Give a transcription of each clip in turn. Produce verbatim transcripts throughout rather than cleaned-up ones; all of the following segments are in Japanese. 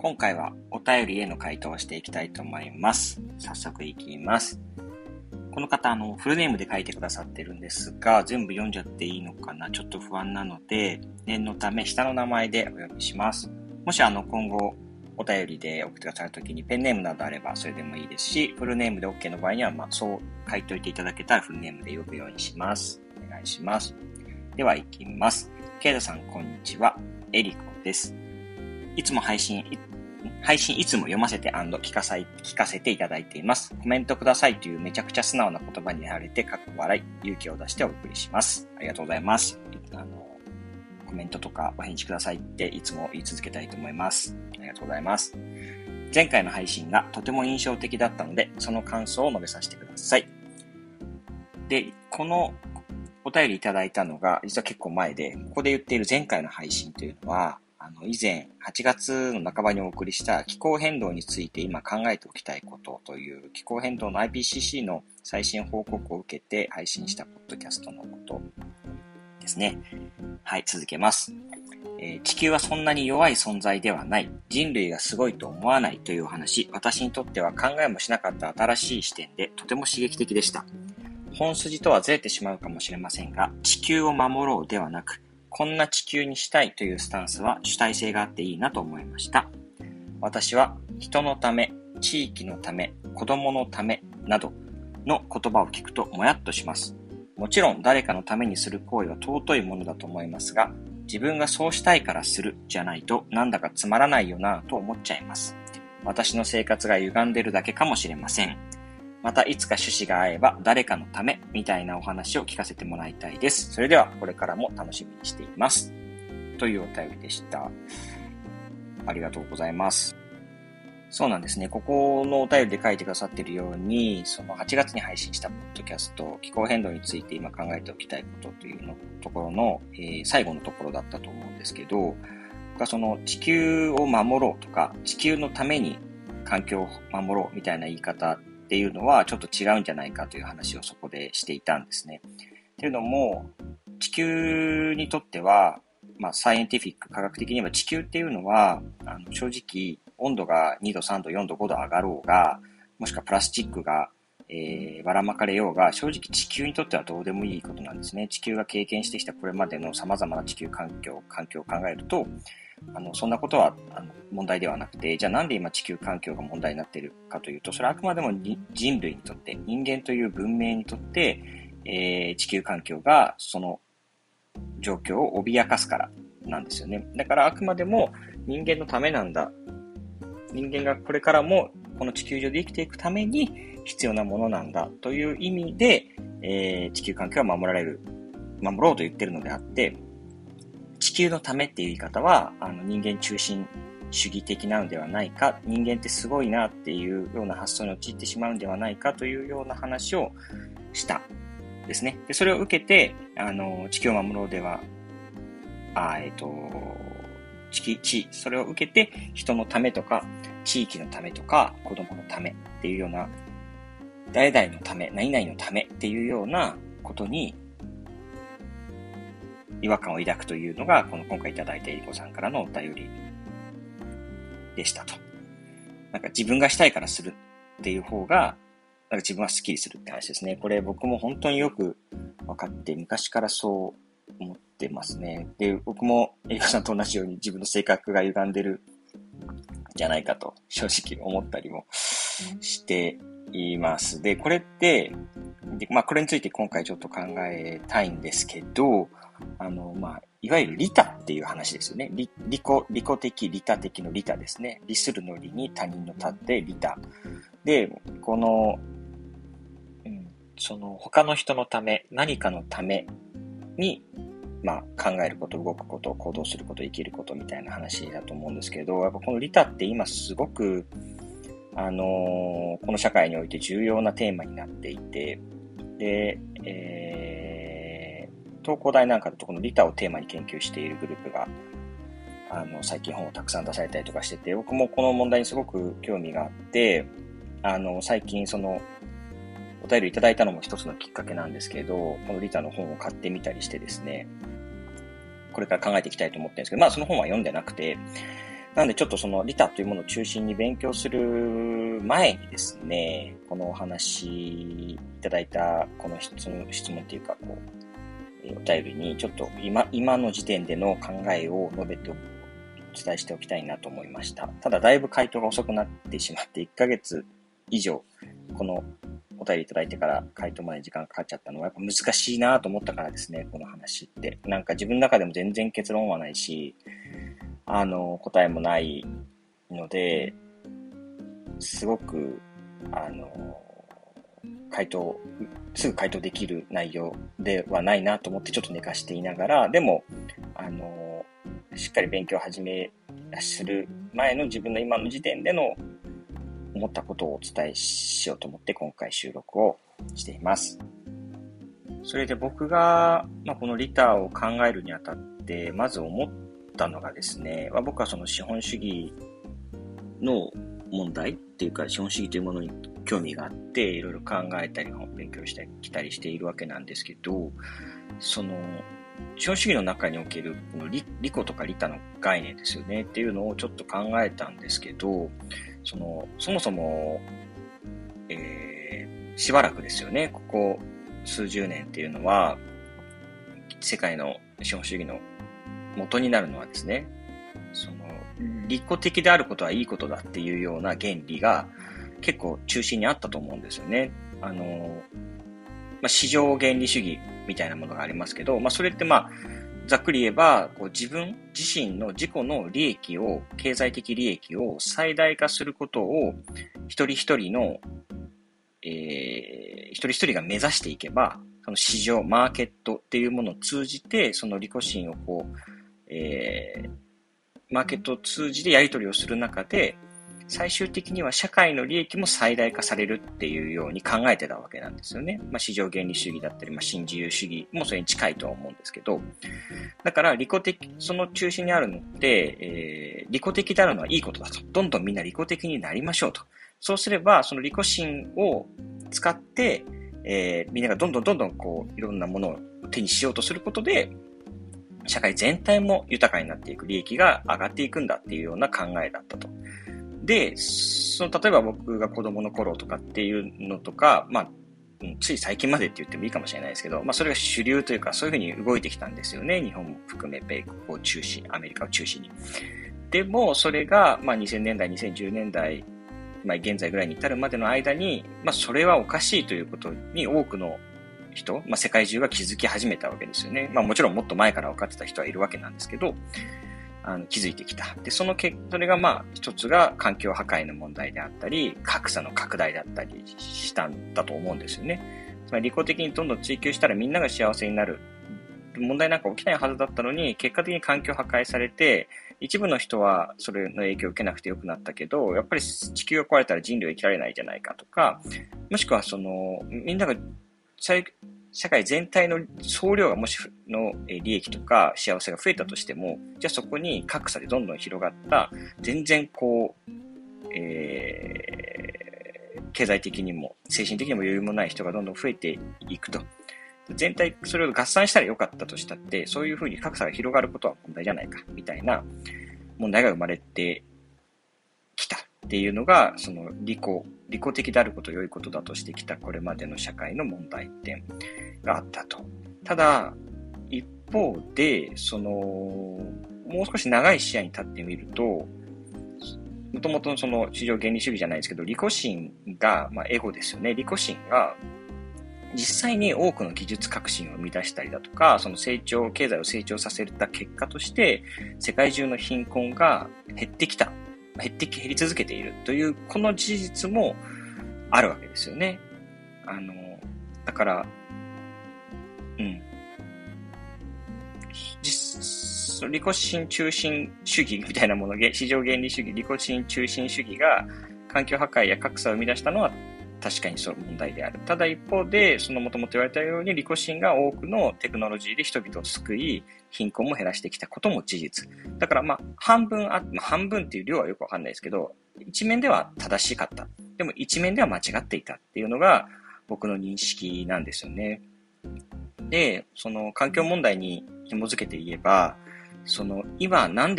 今回はお便りへの回答をしていきたいと思います。早速いきます。この方、あの、フルネームで書いてくださってるんですが、全部読んじゃっていいのかなちょっと不安なので、念のため下の名前でお読みします。もしあの、今後お便りで送ってくださるときにペンネームなどあればそれでもいいですし、フルネームで OK の場合には、まあ、そう書いておいていただけたらフルネームで呼ぶようにします。お願いします。では、いきます。ケイタさん、こんにちは。エリコです。いつも配信、配信いつも読ませて&聞かさい、聞かせていただいています。コメントくださいというめちゃくちゃ素直な言葉にやられて、かっこ笑い、勇気を出してお送りします。ありがとうございます。あの、コメントとかお返事くださいっていつも言い続けたいと思います。ありがとうございます。前回の配信がとても印象的だったので、その感想を述べさせてください。で、このお便りいただいたのが実は結構前で、ここで言っている前回の配信というのは、あの以前はちがつの半ばにお送りした気候変動について今考えておきたいことという気候変動の アイピーシーシー の最新報告を受けて配信したポッドキャストのことですね。はい、続けます。えー、地球はそんなに弱い存在ではない。人類がすごいと思わないというお話、私にとっては考えもしなかった新しい視点でとても刺激的でした。本筋とはずれてしまうかもしれませんが、地球を守ろうではなく、こんな地球にしたいというスタンスは主体性があっていいなと思いました。私は人のため、地域のため、子供のためなどの言葉を聞くともやっとします。もちろん誰かのためにする行為は尊いものだと思いますが、自分がそうしたいからするじゃないとなんだかつまらないよなと思っちゃいます。私の生活が歪んでるだけかもしれません。またいつか趣旨が合えば誰かのためみたいなお話を聞かせてもらいたいです。それではこれからも楽しみにしています。というお便りでした。ありがとうございます。そうなんですね。ここのお便りで書いてくださっているように、そのはちがつに配信したポッドキャスト、気候変動について今考えておきたいことというのところの、えー、最後のところだったと思うんですけど、僕はその地球を守ろうとか、地球のために環境を守ろうみたいな言い方っていうのはちょっと違うんじゃないかという話をそこでしていたんですね。っていうのも、地球にとっては、まあ、サイエンティフィック、科学的には地球っていうのは、あの正直温度がにど、さんど、よんど、ごど上がろうが、もしくはプラスチックが、えー、ばらまかれようが、正直地球にとってはどうでもいいことなんですね。地球が経験してきたこれまでの様々な地球環境、環境を考えると、あのそんなことはあの問題ではなくて、じゃあなんで今地球環境が問題になっているかというと、それはあくまでも人類にとって、人間という文明にとって、えー、地球環境がその状況を脅かすからなんですよね。だからあくまでも人間のためなんだ。人間がこれからもこの地球上で生きていくために必要なものなんだという意味で、えー、地球環境は守られる、守ろうと言ってるのであって、地球のためっていう言い方はあの人間中心主義的なのではないか、人間ってすごいなっていうような発想に陥ってしまうんではないかというような話をしたですね。で、それを受けて、あの地球を守ろうでは、あえっと地地それを受けて人のためとか地域のためとか子供のためっていうような、誰々のため、何々のためっていうようなことに違和感を抱くというのが、この今回いただいたえりこさんからのお便りでしたと。なんか自分がしたいからするっていう方が、なんか自分はスッキリするって話ですね。これ僕も本当によく分かって、昔からそう思ってますね。で、僕もえりこさんと同じように自分の性格が歪んでるんじゃないかと正直思ったりもしています。で、これって、でまあこれについて今回ちょっと考えたいんですけど、あの、まあ、いわゆる利他っていう話ですよね。利、利己、利己的、利他的の利他ですね。利するの利に他人の他って利他。で、この、うん、その他の人のため、何かのために、まあ、考えること、動くこと、行動すること、生きることみたいな話だと思うんですけど、やっぱこの利他って今すごく、あのー、この社会において重要なテーマになっていて、で、えー、東工大なんかだとこの利他をテーマに研究しているグループが、あの、最近本をたくさん出されたりとかしてて、僕もこの問題にすごく興味があって、あの、最近その、お便りいただいたのも一つのきっかけなんですけど、この利他の本を買ってみたりしてですね、これから考えていきたいと思ってるんですけど、まあその本は読んでなくて、 なのでちょっとその利他というものを中心に勉強する前にですね、このお話いただいたこの質問、質問っていうかこう、お便りにちょっと今、今の時点での考えを述べておお伝えしておきたいなと思いました。ただだいぶ回答が遅くなってしまっていっかげつ以上このお便りいただいてから回答まで時間かかっちゃったのはやっぱ難しいなと思ったからですね、この話って。なんか自分の中でも全然結論はないし、あの、答えもないので、すごく、あの、回答、すぐ回答できる内容ではないなと思ってちょっと寝かしていながら、でも、あの、しっかり勉強を始め、する前の自分の今の時点での思ったことをお伝えしようと思って今回収録をしています。それで僕が、まあ、この利他を考えるにあたってまず思ったのがですね、まあ、僕はその資本主義の問題っていうか資本主義というものに興味があっていろいろ考えたり勉強してきたりしているわけなんですけど、その資本主義の中におけるこの 利, 利己とか利他の概念ですよねっていうのをちょっと考えたんですけど、そのそもそも、えー、しばらくですよね、ここ数十年っていうのは世界の資本主義の元になるのはですね、その利己的であることはいいことだっていうような原理が結構中心にあったと思うんですよね。あのまあ、市場原理主義みたいなものがありますけど、まあ、それってまあざっくり言えばこう自分自身の自己の利益を経済的利益を最大化することを一人一人の、えー、一人一人が目指していけば、その市場マーケットっていうものを通じてその利己心をこう、えー、マーケットを通じてやり取りをする中で最終的には社会の利益も最大化されるっていうように考えてたわけなんですよね。まあ、市場原理主義だったり、まあ、新自由主義もそれに近いとは思うんですけど、だから利己的、その中心にあるのって、えー、利己的であるのはいいことだと。どんどんみんな利己的になりましょうと。そうすれば、その利己心を使って、えー、みんながどんどんどんどんこういろんなものを手にしようとすることで、社会全体も豊かになっていく、利益が上がっていくんだっていうような考えだったと。で、その例えば僕が子供の頃とかっていうのとか、まあ、つい最近までって言ってもいいかもしれないですけど、まあそれが主流というかそういうふうに動いてきたんですよね。日本も含め米国を中心、アメリカを中心に。でもそれがまあにせんねんだい、にせんじゅうねんだい、まあ現在ぐらいに至るまでの間に、まあそれはおかしいということに多くの人、まあ世界中が気づき始めたわけですよね。まあもちろんもっと前から分かってた人はいるわけなんですけど、あの気づいてきた。で、その結それがまあ一つが環境破壊の問題であったり、格差の拡大だったりしたんだと思うんですよね。つまり利己的にどんどん追求したらみんなが幸せになる。問題なんか起きないはずだったのに、結果的に環境破壊されて、一部の人はそれの影響を受けなくてよくなったけど、やっぱり地球が壊れたら人類は生きられないじゃないかとか、もしくはその、みんなが社会全体の総量がもしの利益とか幸せが増えたとしても、じゃあそこに格差でどんどん広がった、全然こう、えー、経済的にも精神的にも余裕もない人がどんどん増えていくと。全体、それを合算したらよかったとしたって、そういうふうに格差が広がることは問題じゃないか、みたいな問題が生まれてきたっていうのが、その利己、利己的であることを良いことだとしてきたこれまでの社会の問題点があったと。ただ、一方で、その、もう少し長い視野に立ってみると、もともとその市場原理主義じゃないですけど、利己心が、まあエゴですよね。利己心が、実際に多くの技術革新を生み出したりだとか、その成長、経済を成長させた結果として、世界中の貧困が減ってきた。減って減り続けているという、この事実もあるわけですよね。あの、だから、うん。実、利己心中心主義みたいなもの、市場原理主義、利己心中心主義が環境破壊や格差を生み出したのは確かにそう問題である。ただ一方で、その元々言われたように利己心が多くのテクノロジーで人々を救い、貧困も減らしてきたことも事実。だからまあ半分あ、まあ、半分っていう量はよくわかんないですけど、一面では正しかった。でも一面では間違っていたっていうのが僕の認識なんですよね。で、その環境問題に紐づけて言えば、その今なんで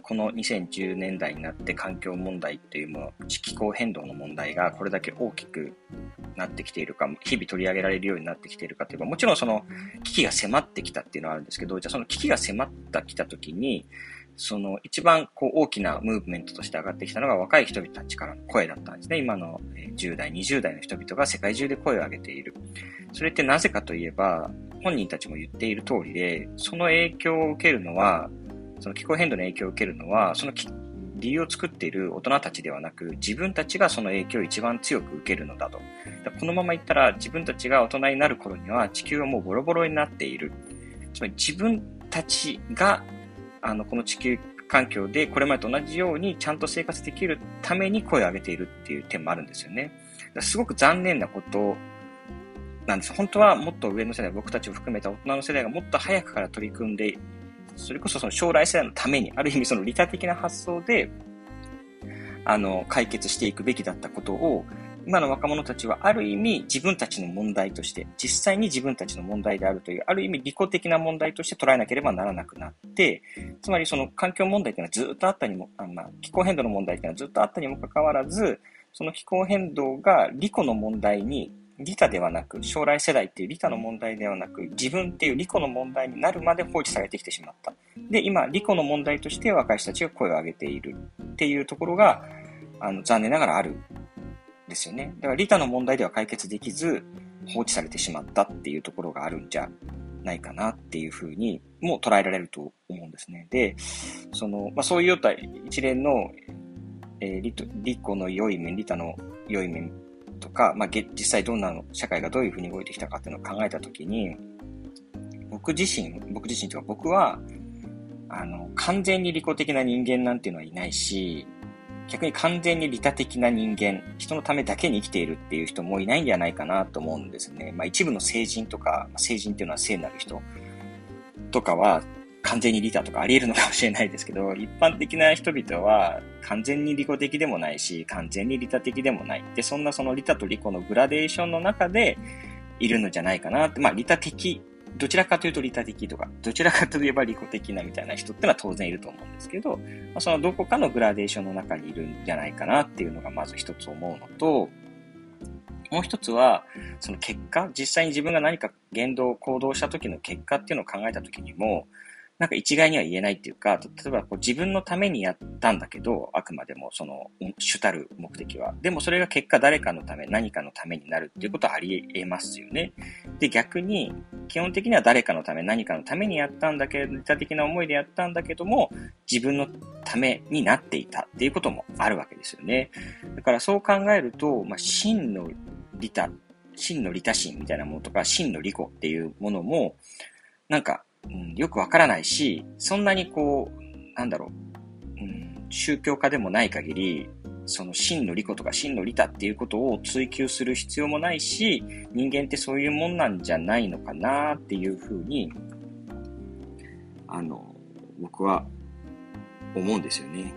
このにせんじゅうねんだいになって環境問題っていうもの、気候変動の問題がこれだけ大きくなってきているか、日々取り上げられるようになってきているかというと、もちろんその危機が迫ってきたっていうのはあるんですけど、じゃあその危機が迫ってきたときに、その一番こう大きなムーブメントとして上がってきたのが若い人々たちからの声だったんですね。今のじゅうだい、にじゅうだいの人々が世界中で声を上げている。それってなぜかといえば、本人たちも言っている通りで、その影響を受けるのは、その気候変動の影響を受けるのは、その理由を作っている大人たちではなく、自分たちがその影響を一番強く受けるのだと。このままいったら自分たちが大人になる頃には地球はもうボロボロになっている。つまり自分たちがあのこの地球環境でこれまでと同じようにちゃんと生活できるために声を上げているっていう点もあるんですよね。だからすごく残念なことなんです。本当はもっと上の世代、僕たちを含めた大人の世代がもっと早くから取り組んで、それこそその将来世代のために、ある意味その利他的な発想で、あの、解決していくべきだったことを、今の若者たちはある意味自分たちの問題として、実際に自分たちの問題であるという、ある意味利己的な問題として捉えなければならなくなって、つまりその環境問題というのはずっとあったにも、あまあ、気候変動の問題というのはずっとあったにもかかわらず、その気候変動が利己の問題に、利他ではなく、将来世代っていう利他の問題ではなく、自分っていう利己の問題になるまで放置されてきてしまった。で、今、利己の問題として若い人たちが声を上げているっていうところが、あの、残念ながらあるんですよね。だから利他の問題では解決できず、放置されてしまったっていうところがあるんじゃないかなっていうふうにも捉えられると思うんですね。で、その、まあ、そういうような一連の、えー、利己の良い面、利他の良い面、とか、まあ、実際どんなの社会がどういうふうに動いてきたかっていうのを考えたときに、僕自身、僕自身というか僕は、あの、完全に利己的な人間なんていうのはいないし、逆に完全に利他的な人間、人のためだけに生きているっていう人もいないんじゃないかなと思うんですね。まあ、一部の聖人とか、聖人っていうのは聖なる人とかは、完全に利他とかあり得るのかもしれないですけど、一般的な人々は完全に利己的でもないし、完全に利他的でもない。で、そんなその利他と利己のグラデーションの中でいるのじゃないかなって、まあ利他的、どちらかというと利他的とか、どちらかといえば利己的なみたいな人ってのは当然いると思うんですけど、まあ、そのどこかのグラデーションの中にいるんじゃないかなっていうのがまず一つ思うのと、もう一つは、その結果、実際に自分が何か言動、行動した時の結果っていうのを考えた時にも、なんか一概には言えないっていうか、例えばこう自分のためにやったんだけど、あくまでもその主たる目的は。でもそれが結果誰かのため、何かのためになるっていうことはあり得ますよね。で、逆に、基本的には誰かのため、何かのためにやったんだけど、利他的な思いでやったんだけども、自分のためになっていたっていうこともあるわけですよね。だからそう考えると、まあ、真の利他、真の利他心みたいなものとか、真の利己っていうものも、なんか、うん、よくわからないし、そんなにこう、なんだろう、うん、宗教家でもない限り、その真の利己とか真の利他っていうことを追求する必要もないし、人間ってそういうもんなんじゃないのかなっていうふうに、あの、僕は思うんですよね。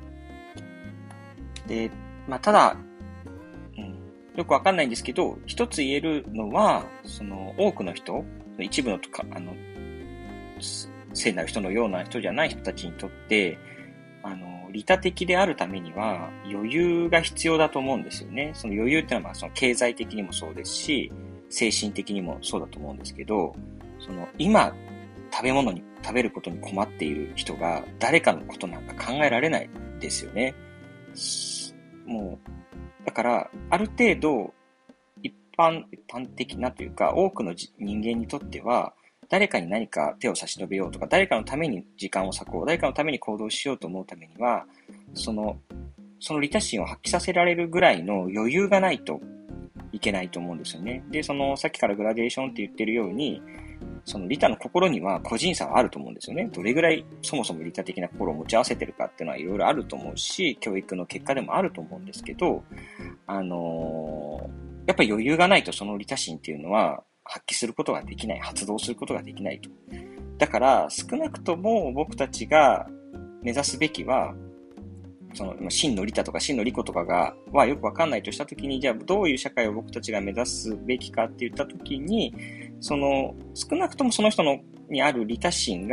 で、まあ、ただ、うん、よくわかんないんですけど、一つ言えるのは、その多くの人、一部のとか、あの、聖なる人のような人じゃない人たちにとって、あの、利他的であるためには余裕が必要だと思うんですよね。その余裕っていうのはその経済的にもそうですし、精神的にもそうだと思うんですけど、その今食べ物に、食べることに困っている人が誰かのことなんか考えられないですよね。もう、だから、ある程度一般、一般的なというか、多くの人間にとっては、誰かに何か手を差し伸べようとか、誰かのために時間を割こう、誰かのために行動しようと思うためには、その、その利他心を発揮させられるぐらいの余裕がないといけないと思うんですよね。で、その、さっきからグラデーションって言ってるように、その利他の心には個人差はあると思うんですよね。どれぐらいそもそも利他的な心を持ち合わせてるかっていうのはいろいろあると思うし、教育の結果でもあると思うんですけど、あのー、やっぱり余裕がないとその利他心っていうのは、発揮することができない、発動することができないと。だから、少なくとも僕たちが目指すべきは、その、真の利他とか真の利己とかが、はよくわかんないとしたときに、じゃあどういう社会を僕たちが目指すべきかって言ったときに、その、少なくともその人のにある利他心が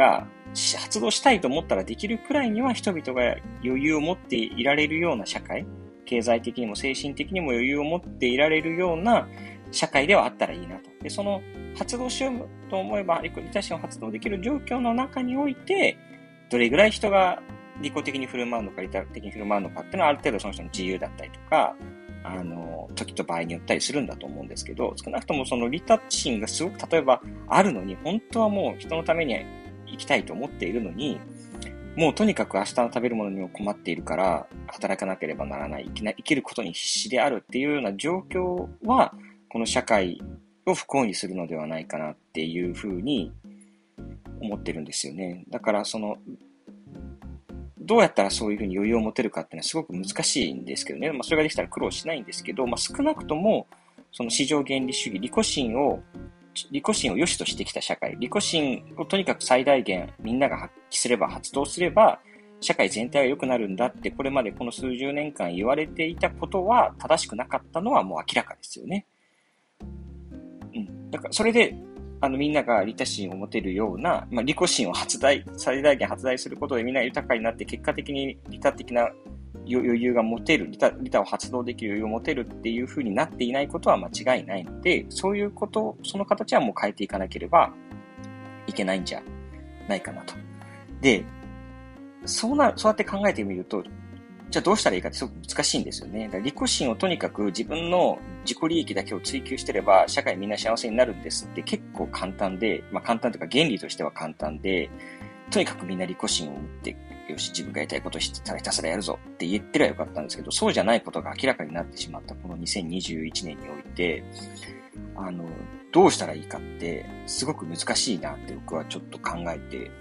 発動したいと思ったらできるくらいには人々が余裕を持っていられるような社会、経済的にも精神的にも余裕を持っていられるような社会ではあったらいいなと。で、その発動しようと思えば、利他心を発動できる状況の中において、どれぐらい人が利己的に振る舞うのか、利他的に振る舞うのかっていうのはある程度その人の自由だったりとか、あの、時と場合によったりするんだと思うんですけど、少なくともその利他心がすごく例えばあるのに、本当はもう人のために生きたいと思っているのに、もうとにかく明日の食べるものにも困っているから働かなければならない、生きな、生きることに必死であるっていうような状況は、この社会を不幸にするのではないかなっていうふうに思ってるんですよね。だからその、どうやったらそういうふうに余裕を持てるかっていうのはすごく難しいんですけどね。まあそれができたら苦労しないんですけど、まあ少なくとも、その市場原理主義、利己心を、利己心を良しとしてきた社会、利己心をとにかく最大限みんなが発揮すれば、発動すれば、社会全体が良くなるんだって、これまでこの数十年間言われていたことは正しくなかったのはもう明らかですよね。うん。だからそれで、あのみんなが利他心を持てるような、まあ、利己心を発大、最大限発大することでみんなが豊かになって結果的に利他的な余裕が持てる、利他、利他を発動できる余裕を持てるっていう風になっていないことは間違いないので、そういうこと、その形はもう変えていかなければいけないんじゃないかなと。で、そうな、そうやって考えてみると、じゃあどうしたらいいかってすごく難しいんですよね。だから利己心をとにかく自分の自己利益だけを追求してれば社会みんな幸せになるんですって結構簡単で、まあ簡単というか原理としては簡単で、とにかくみんな利己心を持って、よし自分がやりたいことをしたらひたすらやるぞって言ってればよかったんですけど、そうじゃないことが明らかになってしまったこのにせんにじゅういちねんにおいて、あの、どうしたらいいかってすごく難しいなって僕はちょっと考えて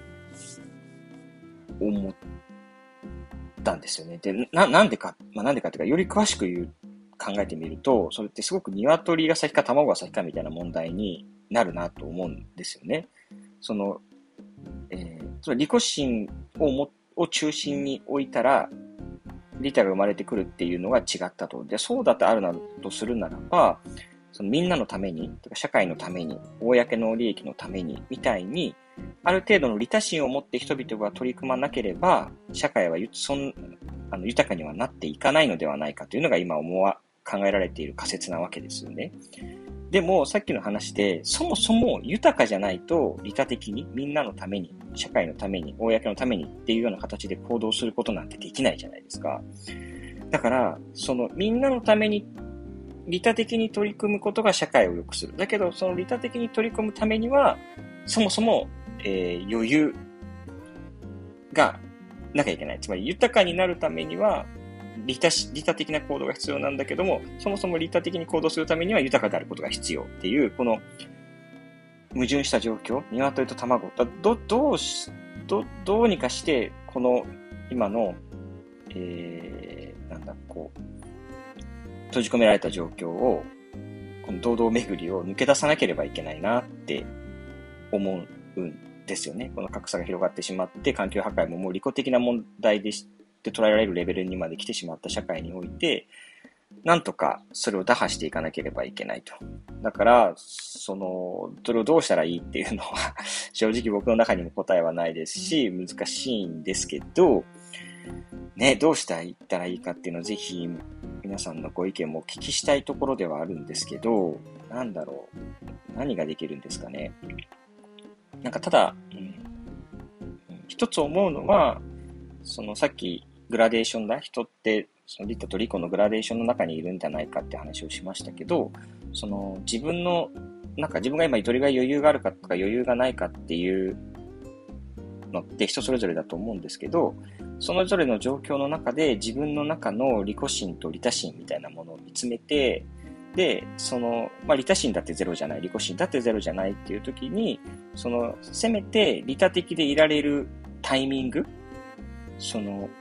思ったんですよね。で、な、なんでか、まあ、なんでかっていうか、より詳しく言う、考えてみると、それってすごく鶏が先か卵が先かみたいな問題になるなと思うんですよね。その、えー、つまり利己心をも、を中心に置いたら、利他が生まれてくるっていうのが違ったと。で、そうだとあるなとするならば、そのみんなのために、社会のために、公の利益のために、みたいに、ある程度の利他心を持って人々が取り組まなければ、社会はそんあの豊かにはなっていかないのではないかというのが今思わ考えられている仮説なわけですよね。でもさっきの話で、そもそも豊かじゃないと利他的にみんなのために、社会のために、公のためにっていうような形で行動することなんてできないじゃないですか。だから、そのみんなのために利他的に取り組むことが社会を良くする。だけど、その利他的に取り組むためには、そもそも、えー、余裕がなきゃいけない。つまり、豊かになるためには、利他し、利他的な行動が必要なんだけども、そもそも利他的に行動するためには豊かであることが必要っていう、この、矛盾した状況、鶏と卵、ど、どうし、ど、どうにかして、この、今の、えー、なんだ、こう、閉じ込められた状況を、この堂々巡りを抜け出さなければいけないなって思うんですよね。この格差が広がってしまって、環境破壊ももう利己的な問題でして捉えられるレベルにまで来てしまった社会において、なんとかそれを打破していかなければいけないと。だから、その、それをどうしたらいいっていうのは、正直僕の中にも答えはないですし、難しいんですけど、ね、どうしたらいったらいいかっていうのをぜひ皆さんのご意見もお聞きしたいところではあるんですけど、なんだろう、何ができるんですかね。なんかただ、うん、一つ思うのは、そのさっきグラデーションだ、人ってその利他と利己のグラデーションの中にいるんじゃないかって話をしましたけど、その自分の、なんか自分が今どれぐらい余裕があるかとか余裕がないかっていうのって人それぞれだと思うんですけど、そのぞれの状況の中で自分の中の利己心と利他心みたいなものを見つめて、で、その、まあ、利他心だってゼロじゃない、利己心だってゼロじゃないっていう時に、その、せめて利他的でいられるタイミング、その、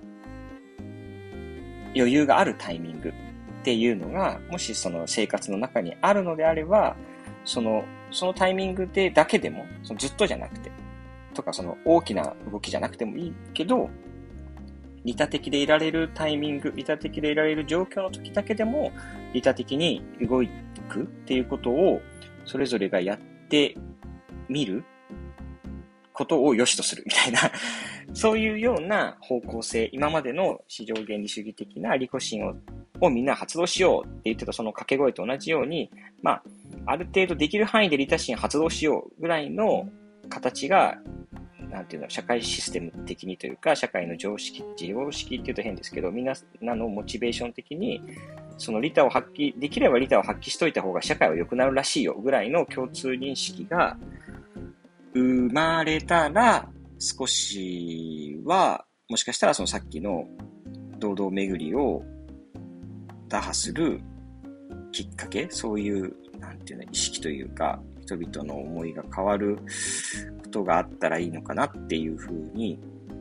余裕があるタイミングっていうのが、もしその生活の中にあるのであれば、その、そのタイミングでだけでも、そのずっとじゃなくて、とかその大きな動きじゃなくてもいいけど、利他的でいられるタイミング、利他的でいられる状況の時だけでも、利他的に動くっていうことを、それぞれがやってみることを良しとするみたいな、そういうような方向性、今までの市場原理主義的な利己心を、をみんな発動しようって言ってたその掛け声と同じように、まあ、ある程度できる範囲で利他心発動しようぐらいの形が、なんていうの、社会システム的にというか、社会の常識、常識って言うと変ですけど、みんなのモチベーション的に、その利他を発揮、できれば利他を発揮しといた方が社会は良くなるらしいよぐらいの共通認識が生まれたら、少しは、もしかしたらそのさっきの堂々巡りを打破するきっかけ、そういう、なんていうの、意識というか、人々の思いが変わることがあったらいいのかなっていうふうに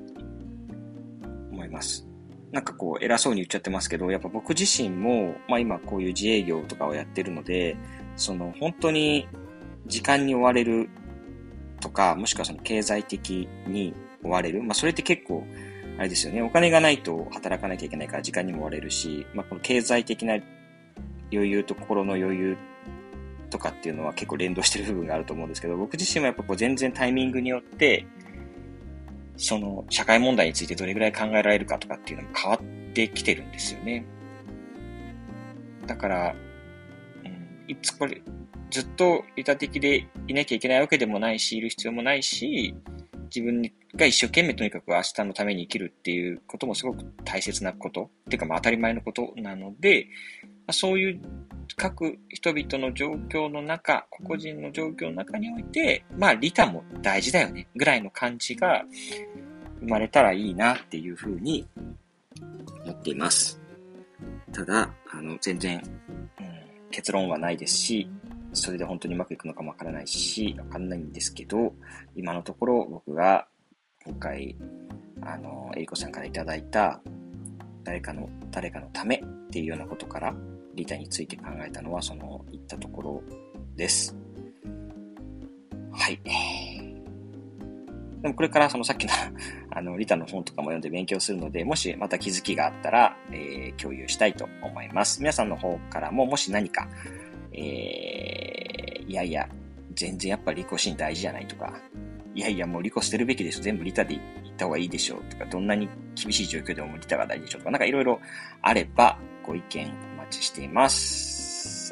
思います。なんかこう偉そうに言っちゃってますけど、やっぱ僕自身も、まあ今こういう自営業とかをやってるので、その本当に時間に追われるとか、もしくはその経済的に追われる。まあそれって結構、あれですよね。お金がないと働かなきゃいけないから時間にも追われるし、まあこの経済的な余裕と心の余裕とかっていうのは結構連動してる部分があると思うんですけど、僕自身もやっぱこう全然タイミングによって、その社会問題についてどれぐらい考えられるかとかっていうのも変わってきてるんですよね。だから、うん、いつこれ、ずっと利他的でいなきゃいけないわけでもないし、いる必要もないし、自分が一生懸命とにかく明日のために生きるっていうこともすごく大切なこと、っていうかまあ当たり前のことなので、そういう各人々の状況の中、個々人の状況の中において、まあ利他も大事だよね、ぐらいの感じが生まれたらいいなっていうふうに思っています。ただ、あの、全然、うん、結論はないですし、それで本当にうまくいくのかもわからないし、わかんないんですけど、今のところ僕が今回、あの、えりこさんからいただいた、誰かの、誰かのためっていうようなことから、利他について考えたのは、その、言ったところです。はい。でもこれからそのさっきのあの、利他の本とかも読んで勉強するので、もしまた気づきがあったら、えー、共有したいと思います。皆さんの方からも、もし何か、えー、いやいや、全然やっぱ利己心大事じゃないとか、いやいやもう利己捨てるべきでしょ、全部利他で言った方がいいでしょとか、どんなに厳しい状況でも利他が大事でしょとか、なんかいろいろあれば、ご意見お待ちしています。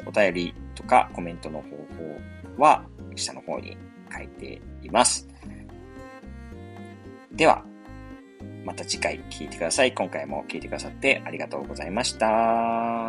お便りとかコメントの方法は、下の方に書いています。では、また次回聞いてください。今回も聞いてくださってありがとうございました。